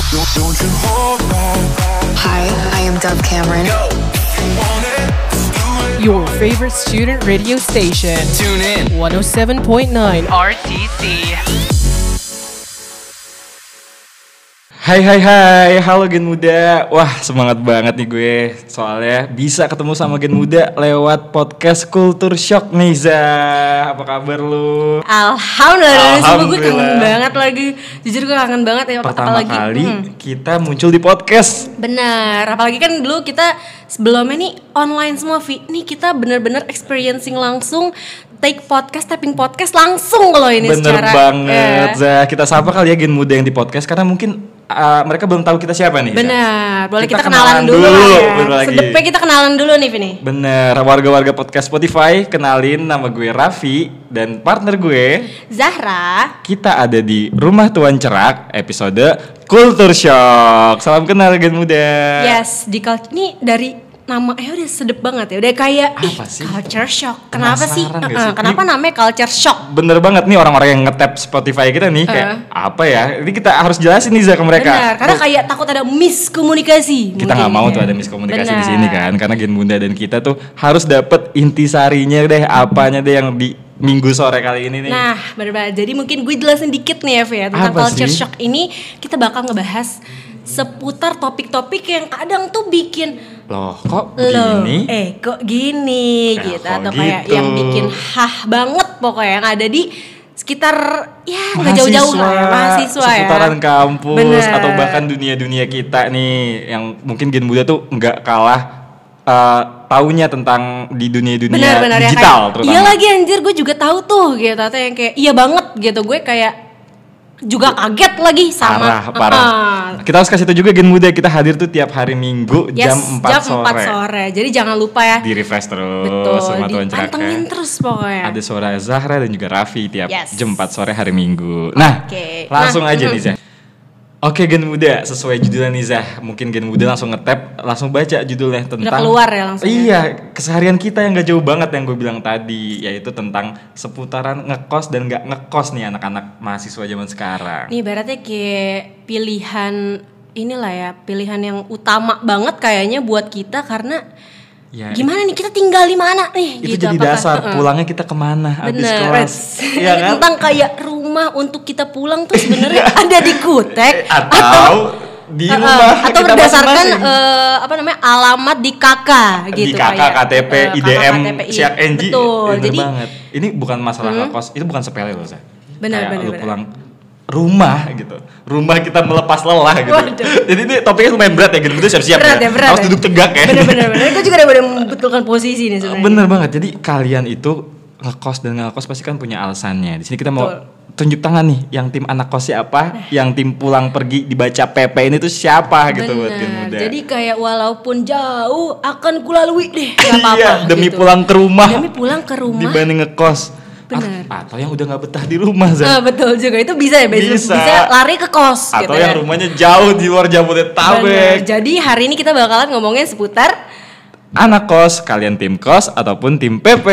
Don't you hold back. Hi, I am Dove Cameron. Go. If you want it, just do it. Your favorite student radio station. Tune in. 107.9 RTC. Hai, halo Gen Muda. Wah, semangat banget nih gue. Soalnya bisa ketemu sama Gen Muda lewat podcast Culture Shock nih, Zah. Apa kabar lu? Alhamdulillah. Gue kangen banget lagi. Jujur gue kangen banget ya. Pertama kali kita muncul di podcast. Benar, apalagi kan dulu kita sebelumnya nih online semua, Vi. Nih kita bener-bener experiencing langsung tapping podcast langsung loh ini. Bener secara banget, Zah. Kita sapa kali ya Gen Muda yang di podcast karena mungkin mereka belum tahu kita siapa nih. Benar, boleh kita kenalan dulu ya. lah ya. Sedepnya kita kenalan dulu nih, Vini. Bener, warga-warga podcast Spotify, kenalin nama gue Raffi dan partner gue Zahra. Kita ada di Rumah Tuan Cerak, episode Culture Shock. Salam kenal Gen Muda. Yes, ini dari nama udah sedep banget ya. Udah kayak culture shock. Kenapa sih? Kenapa namanya culture shock? Bener banget nih orang-orang yang nge-tap Spotify kita nih kayak apa ya? Ini kita harus jelasin nih ke mereka. Benar, karena kayak takut ada miskomunikasi. Kita nggak mau tuh ada miskomunikasi di sini kan, karena Gen Muda dan kita tuh harus dapet intisarinya deh, apanya deh yang di Minggu sore kali ini nih. Nah, bener. Jadi mungkin gue jelasin dikit nih ya, tentang apa culture sih? shock ini. Kita bakal ngebahas seputar topik-topik yang kadang tuh bikin kok gini? Kok gini gitu, atau kayak gitu. yang bikin banget pokoknya yang ada di sekitar ya nggak jauh-jauh lah ya, mahasiswa ya, seputaran kampus. Bener. Atau bahkan dunia kita nih yang mungkin Gen Muda tuh nggak kalah taunya tentang di dunia-dunia bener, digital ya, terutama. Iya lagi anjir, gue juga tahu tuh gitu, atau yang kayak iya banget gitu, gue kayak juga kaget lagi sama parah. Kita harus kasih tau juga Gen Muda, kita hadir tuh tiap hari Minggu jam 4 sore. Jadi jangan lupa ya, di refresh terus. Betul, sama Tuan Cerak. dipantengin terus pokoknya. Ada suara Zahra dan juga Raffi tiap jam 4 sore hari Minggu. Nah, langsung aja nih Zah. Oke Gen Muda, sesuai judulnya nih Zah. Mungkin Gen Muda langsung nge-tap, langsung baca judulnya tentang udah keluar ya langsung. Iya, keseharian kita yang gak jauh banget yang gue bilang tadi, yaitu tentang seputaran ngekos dan gak ngekos nih anak-anak mahasiswa zaman sekarang. Nih ibaratnya kayak pilihan inilah ya, pilihan yang utama banget kayaknya buat kita, karena ya, gimana nih kita tinggal di mana nih? Itu gitu, jadi dasar pulangnya kita kemana abis kelas. Iya kan? Tentang kayak rumah untuk kita pulang tuh sebenarnya ada di Kutek atau di rumah atau kita berdasarkan masing-masing. alamat di KK gitu, di KK, kayak KTP, IDM, Siak NG. Betul. Jadi banget. Ini bukan masalah ngekos, itu bukan sepele loh, Zah. Benar. Lu pulang rumah gitu, rumah kita melepas lelah gitu. Waduh. Jadi ini topiknya lumayan berat ya, gitu siap-siap berat harus duduk tegak ya. Bener. Gue juga udah membetulkan posisi nih sebenarnya. Bener banget. Jadi kalian itu ngekos dan nggak ngekos pasti kan punya alasannya. Di sini kita mau tunjuk tangan nih, yang tim anak kos siapa, yang tim pulang pergi dibaca PP ini tuh siapa gitu buat Gen Muda. Jadi kayak walaupun jauh akan kulalui deh, nggak apa-apa. Iya, demi gitu. pulang ke rumah. Demi pulang ke rumah. Dibanding ngekos. Bener. Atau yang udah nggak betah di rumah, Zah. Betul juga, itu bisa ya, bisa lari ke kos. Atau gitu yang ya. rumahnya jauh di luar Jabodetabek. Jadi hari ini kita bakalan ngomongin seputar anak kos, kalian tim kos ataupun tim PP.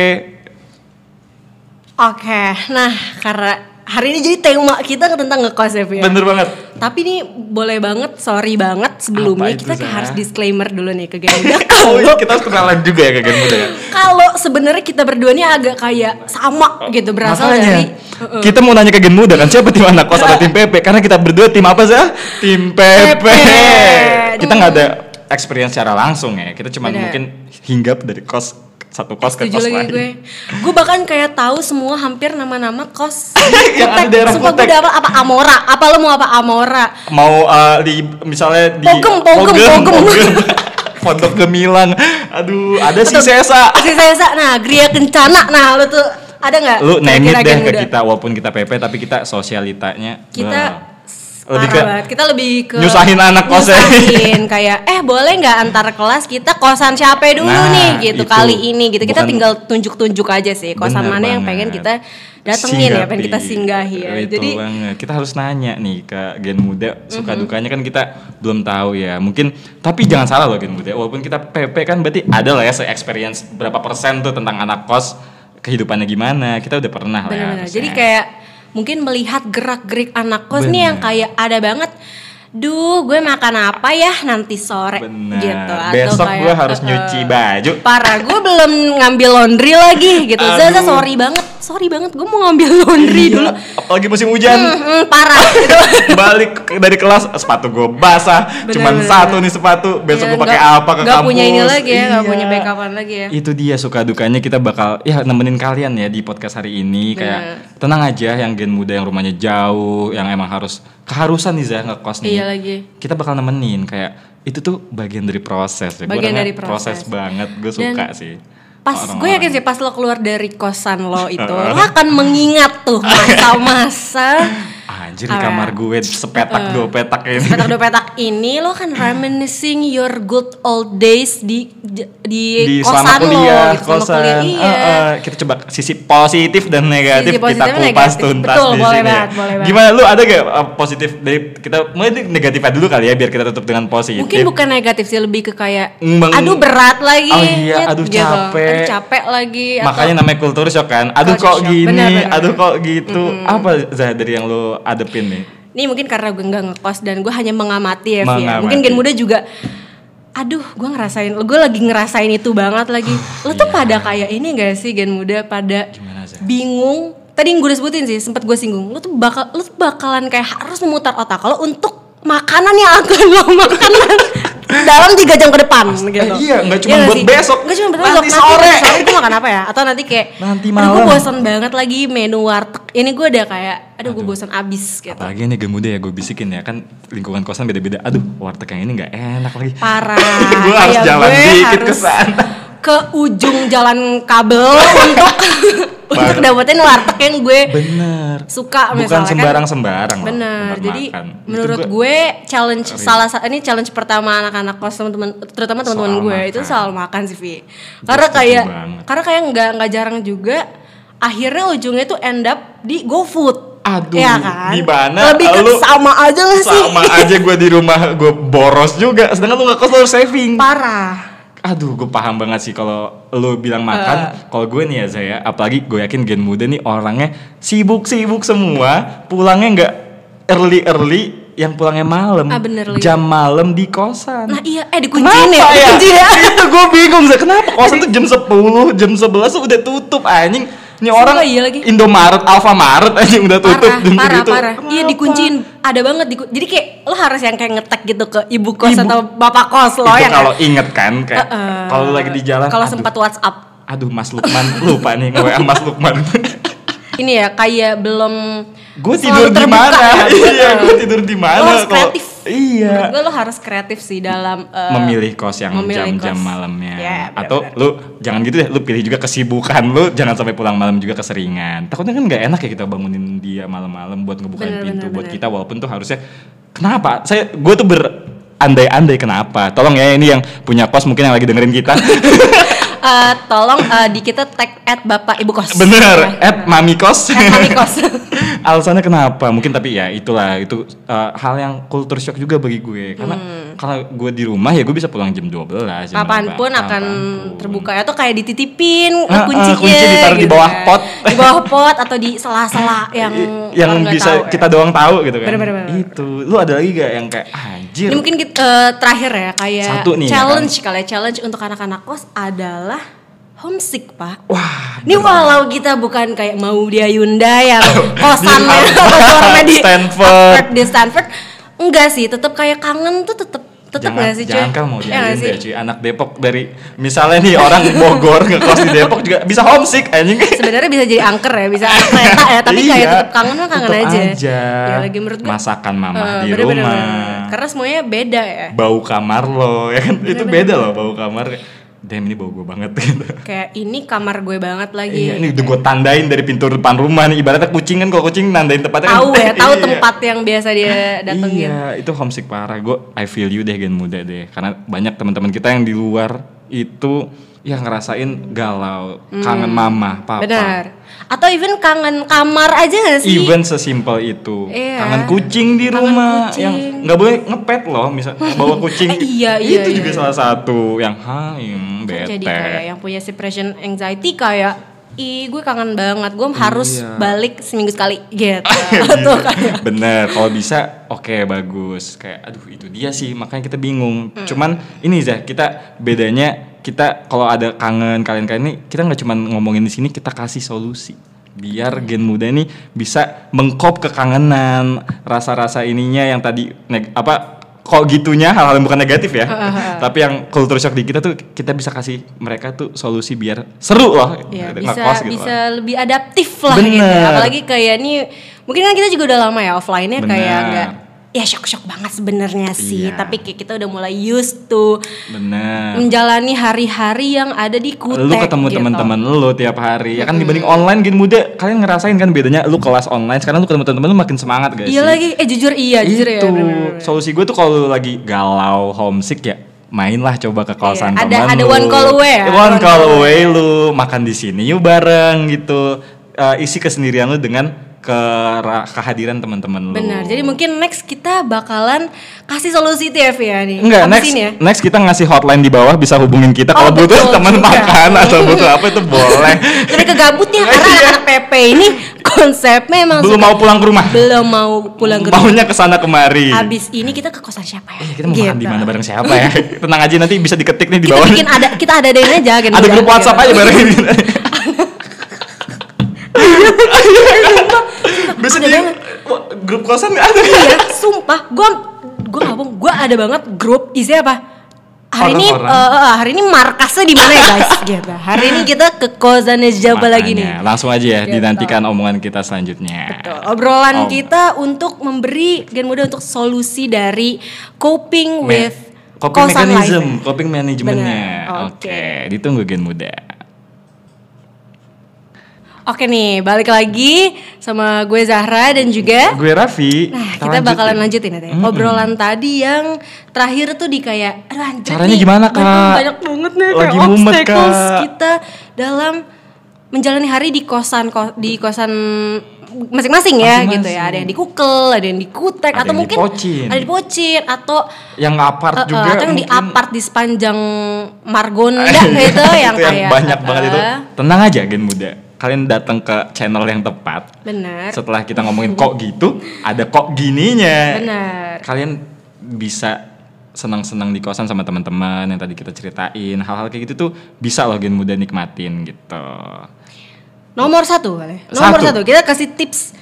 Oke, nah karena hari ini jadi tema kita tentang ngekos ya, Via. Bener banget. Tapi nih boleh banget, sorry banget sebelumnya itu, kita Zah? harus disclaimer dulu nih ke Gen Muda. Kita harus kenalan juga ya ke Gen Muda ya. Kalau sebenarnya kita berdua nih agak kayak sama gitu, berasal Makanya, dari kita mau nanya ke Gen Muda kan, siapa tim anak kos atau tim PP? Karena kita berdua tim apa, Zah? Tim PP. Kita nggak ada experience secara langsung ya. Kita cuma mungkin hinggap dari satu kos ke kos lain. Gue bahkan kayak tahu semua hampir nama-nama kos yang ada di daerah Sumpah gue Kutek. udah apa Amora. Apa lo mau apa Amora? Mau di misalnya di Pogem. Pondok Gemilang. Aduh, ada si Sesa. Nah, Gria Kencana. Nah, lo tuh ada nggak? Lu name it deh ke kita, walaupun kita PP tapi kita sosialitanya kita lebih kita lebih ke nyusahin anak kosnya. Kayak boleh nggak antar kelas kita kosan siapa dulu nih gitu, kali ini gitu. Kita tinggal tunjuk aja sih kosan mana yang pengen kita datengin ya, pengen kita singgahi ya. Jadi banget. Kita harus nanya nih ke Gen Muda, suka dukanya kan kita belum tahu ya. Mungkin tapi jangan salah loh Gen Muda, walaupun kita PP kan berarti ada lah ya se-experience berapa persen tuh tentang anak kos, kehidupannya gimana. Kita udah pernah lah ya. Jadi kayak mungkin melihat gerak-gerik anak kos nih yang kayak ada banget duh gue makan apa ya nanti sore Bener. gitu. Atau Besok kayak, gue harus nyuci baju. parah, gue belum ngambil laundry lagi gitu. Zaza sorry banget gue mau ngambil laundry dulu. Apalagi musim hujan. Parah gitu. Balik dari kelas sepatu gue basah. Cuman Bener. satu nih sepatu. Besok Iya, gue pakai nggak- apa ke nggak kampus? punya ini lagi ya, nggak Iya. punya backupan lagi ya. Itu dia suka dukanya kita bakal ya nemenin kalian ya di podcast hari ini. Kayak tenang aja yang gen muda yang rumahnya jauh, yang emang keharusan nih Zah ngekos nih. Iya lagi. Kita bakal nemenin kayak itu tuh bagian dari proses ya. Gua Bagian orangnya dari proses. banget, gue suka sih. Pas gue Orang-orang. yakin sih pas lo keluar dari kosan lo itu lo akan mengingat tuh masa-masa Anjir di kamar gue sepetak dua petak ini. petak dua petak ini lo kan reminiscing your good old days di selama kosan kuliah, lo gitu, selama kosan. kuliah. Iya. Kita coba sisi positif dan negatif Sisi positif kita dan kupas negatif. tuntas Betul, di boleh sini. banget, boleh banget. Gimana lu ada gak positif dari kita mulai dari negatifnya dulu kali ya biar kita tutup dengan positif. Mungkin bukan negatif sih, lebih ke kayak Meng- aduh berat lagi. Oh iya, nyet, aduh gitu. capek. Aduh capek lagi. Makanya namanya culture shock kan. Aduh Culture kok shock. gini, Benar. aduh kok gitu. Apa Zah dari yang lu adepin nih? Ini mungkin karena gue nggak ngekos dan gue hanya mengamati ya, Vi, ya. Mengamati. Mungkin gen muda juga. Aduh, gue lagi ngerasain itu banget lagi. Lo tuh pada kayak ini gak sih gen muda pada Gimana, Zah? bingung. Tadi yang gue udah sebutin sih, sempat gue singgung. Lo tuh bakalan kayak harus memutar otak kalau untuk makanan yang akan lo makan dalam 3 jam ke depan gitu. iya, nggak cuma Iya buat sih? besok, Nggak cuma buat nanti besok, sore. sore itu makan apa ya? Atau nanti kayak Nanti aduh, malam. gue bosan banget lagi menu warteg. Ini gue udah kayak aduh gue bosan abis gitu. Apalagi nih gen muda ya gue bisikin ya kan lingkungan kosan beda-beda. Aduh warteg yang ini nggak enak lagi. Parah. Gue harus Kayak jalan gue dikit ke harus sana. ke ujung jalan kabel untuk dapetin warteg yang gue Bener. suka Bukan misalnya sembarang-sembarang loh bener. tempat Jadi makan. menurut Itu gue challenge ini challenge pertama anak-anak kos teman-teman, terutama teman-teman Soal gue makan. itu soal makan sih, Vi. Karena kayak nggak jarang juga akhirnya ujungnya tuh end up di GoFood. Aduh, ya kan? di mana Lebih ke lu sama aja gak sih? sama aja gue di rumah gue boros juga. Sedangkan lu nggak kos lu harus saving. Parah. Aduh, gue paham banget sih kalau lu bilang makan. Kalau gue nih ya Zaya, apalagi gue yakin gen muda nih orangnya sibuk-sibuk semua, pulangnya nggak early, yang pulangnya malam. Bener lagi. Jam malam di kosan. Nah iya, dikunciin Kenapa ya? Dikunciin ya. Itu gue bingung Zah, kenapa kosan tuh jam 10, jam 11 tuh udah tutup anjing. Ini orang iya lagi. Indomaret, Alfamaret anjing udah tutup jam segitu. Parah. Iya Kenapa? dikunciin, ada banget jadi kayak lo harus yang kayak ngetek gitu ke ibu kos atau bapak kos lo Itu ya kalau kan? inget kan kayak kalau lu lagi di jalan. Kalau aduh, sempat WhatsApp. Aduh Mas Lukman lupa nih nge-WA Mas Lukman. Ini ya kayak belum Gue tidur selalu di terbuka mana? ya, Iya, bener. gue tidur di mana? Lo harus kalau- kreatif. Iya. Menurut gue lo harus kreatif sih dalam Memilih kos yang memilih jam-jam kos. malamnya. Ya, Atau benar-benar. lu jangan gitu deh, lu pilih juga kesibukan lu, jangan sampai pulang malam juga keseringan. Takutnya kan nggak enak ya kita bangunin dia malam-malam buat ngebukain Bener, pintu bener, buat bener. kita walaupun tuh harusnya kenapa? Gue tuh berandai-andai kenapa. Tolong ya ini yang punya kos mungkin yang lagi dengerin kita. tolong di kita tag @bapak ibu kos. Bener, Ya. @mami kos. Mami kos. Alasannya kenapa? Mungkin tapi ya itulah itu hal yang culture shock juga bagi gue karena kalau gue di rumah ya gue bisa pulang jam 12 jam Kapanpun berapa, akan kapanpun. terbuka atau kayak dititipin Kunci kuncinya ditaruh di gitu bawah kan. pot. Di bawah pot atau di sela-sela yang orang nggak bisa tahu, kita doang tahu gitu kan. Bener. Itu. Lu ada lagi gak yang kayak anjir? Ini mungkin kita, terakhir ya kayak Satu nih, challenge kali ya, challenge untuk anak-anak kos adalah homesick, Pak. Wah, Ini walau kita bukan kayak mau dia Yunda yang kosannya Di atau dormnya di Stanford. Oxford, di Stanford, enggak sih, tetap kayak kangen tuh tetap nggak sih, cuy? Jangan kan mau Ya nggak diajarin sih? deh cuy. Anak Depok dari misalnya nih orang Bogor ngekos di Depok juga bisa homesick anjing. Sebenarnya bisa jadi angker ya, bisa anak kereta ya, tapi kayak Iya, tetap kangen mah kangen tetep aja. Ya lagi menurut gue masakan mama di bener-bener. rumah. Karena semuanya beda ya. Bau kamar lo ya kan itu beda loh bau kamar. Damn ini bau gue banget gitu. Kayak ini kamar gue banget lagi. Iya, ini udah gue tandain dari pintu depan rumah nih. Ibaratnya kucing kan kalau kucing nandain tempatnya Tahu kan. ya, tahu Iya. tempat yang biasa dia datengin. Iya, itu homesick parah. I feel you deh gen muda deh. Karena banyak teman-teman kita yang di luar itu ya ngerasain galau, kangen mama, papa. Benar. Atau even kangen kamar aja gak sih? Even sesimpel itu. Iya. Kangen kucing di Kangen rumah kucing. yang nggak boleh ngepet loh, misal bawa kucing. Iya, itu iya, juga iya. salah satu yang Kan bete. jadi kayak yang punya separation anxiety kayak gue kangen banget, gue harus balik seminggu sekali gitu. Tuh kayak. Bener, kalau bisa oke, bagus. Kayak aduh itu dia sih, makanya kita bingung. Cuman ini Zah, kita bedanya kita kalau ada kangen kalian ini, kita nggak cuma ngomongin di sini, kita kasih solusi biar gen muda ini bisa mengkop kekangenan, rasa-rasa ininya yang tadi kok gitunya, hal-hal yang bukan negatif ya. Tapi yang culture shock di kita tuh, kita bisa kasih mereka tuh solusi biar seru loh. Ya, ngekos gitu bisa loh. lebih adaptif lah Bener. gitu. Apalagi kayak nih, mungkin kan kita juga udah lama ya offline-nya kayak nggak, ya shock banget sebenarnya sih. Iya. Tapi kayak kita udah mulai used to menjalani hari-hari yang ada di Kutek. Lu ketemu gitu. teman-teman lu tiap hari. Ya kan dibanding online gen muda, kalian ngerasain kan bedanya lu kelas online, sekarang lu ketemu teman-teman lu makin semangat guys. Iya lagi, jujur ya. Bener. Solusi gue tuh kalau lu lagi galau, homesick ya, mainlah coba ke kosan teman lu. Ada one call away ya. One call away lu makan di sini yuk bareng gitu. Isi kesendirian lu dengan kehadiran teman-teman lu. Benar. Jadi mungkin next kita bakalan kasih solusi TF ya nih. Enggak, next kita ngasih hotline di bawah, bisa hubungin kita kalau butuh teman makan atau butuh apa itu boleh. Mereka gabut ya karena anak-anak PP ini konsepnya emang belum mau pulang ke rumah. Belum mau pulang ke rumah. Maunya kesana kemari. Abis ini kita ke kosan siapa ya? Kita mau makan di mana bareng siapa ya? Tenang aja, nanti bisa diketik nih di bawah. Kita adain aja gitu. Ada grup WhatsApp aja bareng ini. Bisa di grup kosan nggak ada? Iya, sumpah, gue nggak bohong, gue ada banget grup isinya apa? Hari ini markasnya di mana ya guys? Gitu. Hari ini kita ke kosannya siapa lagi nih? Langsung aja ya, gitu. Dinantikan omongan kita selanjutnya. Betul. Obrolan kita untuk memberi gen muda untuk solusi dari coping with kosan life. Coping manajemennya. Oke, ditunggu gen muda. Oke nih, balik lagi sama gue Zahra dan juga gue Raffi. Nah, kita bakalan lanjutin ya. Obrolan tadi yang terakhir tuh di kayak caranya gimana Kak? Banyak banget nih lagi kayak mumet, obstacles Kak. kita dalam menjalani hari di kosan masing-masing ya gitu ya. Ada yang di Kukel, ada yang di Kutek, ada atau yang mungkin ada di Pocin, atau yang apart juga, atau yang di mungkin. apart di sepanjang Margonda gitu yang itu kayak yang banyak banget itu. Tenang aja gen muda, kalian datang ke channel yang tepat. Benar. Setelah kita ngomongin kok gitu, ada kok gininya. Benar. Kalian bisa senang-senang di kosan sama teman-teman yang tadi kita ceritain. Hal-hal kayak gitu tuh bisa loh gen muda nikmatin gitu. Nomor satu kali. Nomor satu. Kita kasih tips,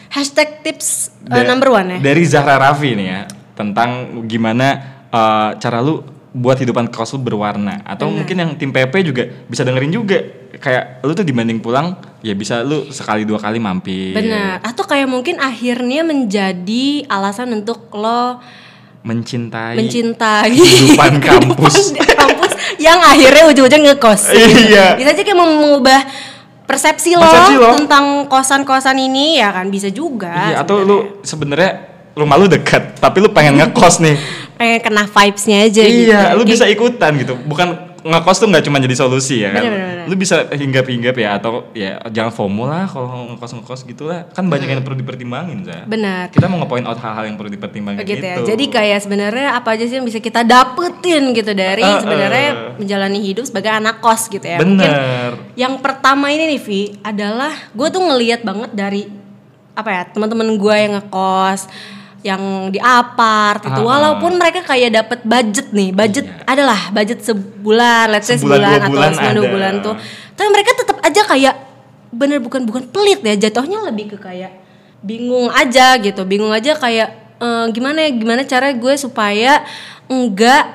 #tips number one ya. Dari Zahra Raffi nih ya, tentang gimana cara lu buat hidupan kos lu berwarna. Atau mungkin yang tim PP juga bisa dengerin juga. Kayak lu tuh dibanding pulang, ya bisa lu sekali dua kali mampir. Benar. Atau kayak mungkin akhirnya menjadi alasan untuk lo mencintai kehidupan kampus yang akhirnya ujung-ujung ngekos. Iya. Bisa aja kayak mengubah persepsi lo tentang kosan-kosan ini ya kan, bisa juga. Iya, atau lu sebenarnya rumah lu dekat, tapi lu pengen ngekos nih. Pengen kena vibes-nya aja gitu. Iya, lu bisa ikutan gitu. Bukan ngekos tuh nggak cuma jadi solusi ya kan. Bener. Lu bisa hinggap-hinggap ya, atau ya jangan FOMO lah kalau ngekos gitu lah. Kan banyak yang perlu dipertimbangin, Zah. Benar. Kita mau nge-point out hal-hal yang perlu dipertimbangin gitu. Ya. Jadi kayak sebenarnya apa aja sih yang bisa kita dapetin gitu dari sebenarnya menjalani hidup sebagai anak kos gitu ya. Bener. Mungkin yang pertama ini nih Vi adalah gue tuh ngelihat banget dari teman-teman gue yang ngekos, yang di apart itu, walaupun mereka kayak dapat budget adalah budget sebulan, let's say sebulan atau sebulan 2 bulan tuh, tapi mereka tetap aja kayak bukan pelit ya, jatuhnya lebih ke kayak bingung aja kayak gimana cara gue supaya enggak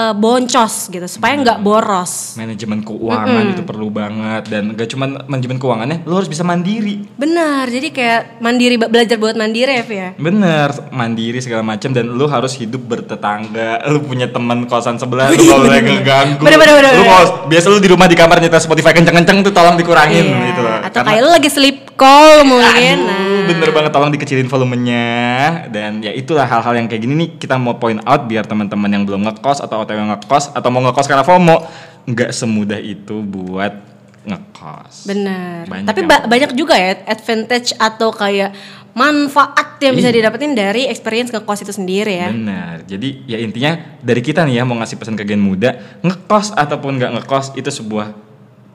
boncos gitu, supaya nggak boros. Manajemen keuangan itu perlu banget, dan gak cuma manajemen keuangannya, lu harus bisa mandiri. Benar, jadi kayak belajar buat mandiri ya. Bener, mandiri segala macam, dan lu harus hidup bertetangga. Lu punya teman kosan sebelah, lu gak boleh ngeganggu. Bener. Lu biasa lu di rumah di kamar nyetel Spotify kenceng-kenceng tuh tolong dikurangin gitu loh. Atau kayak lu lagi sleep call mungkin. Bener banget, tolong dikecilin volumenya. Dan ya itulah hal-hal yang kayak gini nih kita mau point out biar teman-teman yang belum ngekos atau yang ngekos atau mau ngekos karena FOMO, nggak semudah itu buat ngekos. Benar. Tapi banyak juga ya advantage atau kayak manfaat yang bisa didapetin dari experience ngekos itu sendiri ya. Benar. Jadi ya intinya dari kita nih ya mau ngasih pesan ke gen muda, ngekos ataupun nggak ngekos itu sebuah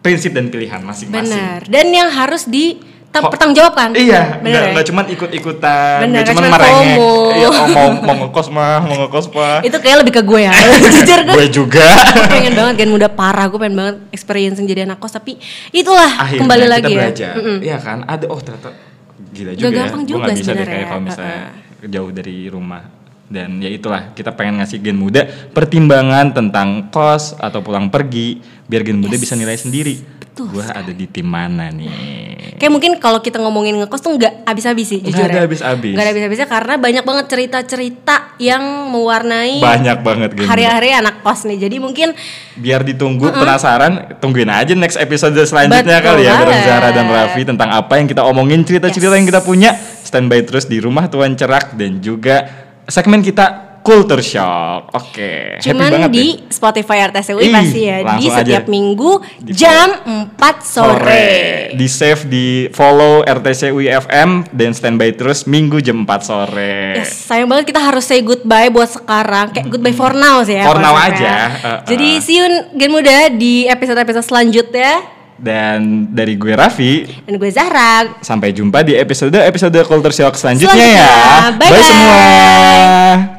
prinsip dan pilihan masing-masing. Benar. Dan yang harus pertanggungjawabkan. Iya, bener nggak cuman ikut-ikutan, Bener, nggak cuman nggak cuman merengek. FOMO. Iya, mau ngekos mah. Itu kayak lebih ke gue ya. Jujur Gue juga. Gue pengen banget Gen Muda parah, gue pengen banget experience jadi anak kos, tapi itulah Akhirnya kembali kita lagi ya. belajar. Iya kan, ada ternyata gila juga Gak ya. gampang Gue juga nggak bisa deh sebenarnya. kayak kalau misalnya jauh dari rumah. Dan ya itulah, kita pengen ngasih Gen Muda pertimbangan tentang kos atau pulang pergi biar Gen Muda bisa nilai sendiri. Gue ada di tim mana nih? Kayak mungkin kalau kita ngomongin ngekos tuh nggak habis-habis sih, jujur Nggak ada habis-habis. Nggak ada habis-habisnya karena banyak banget cerita-cerita yang mewarnai Banyak banget Gen Muda. hari-hari anak kos nih. Jadi mungkin Biar ditunggu penasaran, tungguin aja next episode selanjutnya. Betul kali ya bareng banget. Zara dan Raffi tentang apa yang kita omongin, cerita-cerita yang kita punya. Standby terus di Rumah Tuan Cerak dan juga segmen kita Culture Shock. Oke, happy cuman banget di deh. Spotify RTCUI Ih, pasti ya, di langsung setiap aja. minggu Di jam 4 sore. Di save, di follow RTCUI FM dan standby terus minggu jam 4 sore. Yes, sayang banget kita harus say goodbye buat sekarang. Kayak goodbye for now sih ya. For now konsepnya. aja. Jadi see you Gen Muda di episode-episode selanjutnya. Dan dari gue Raffi, Dan gue Zahra. sampai jumpa di episode Culture Shock selanjutnya Selanjutnya. ya. Bye-bye. Bye semua.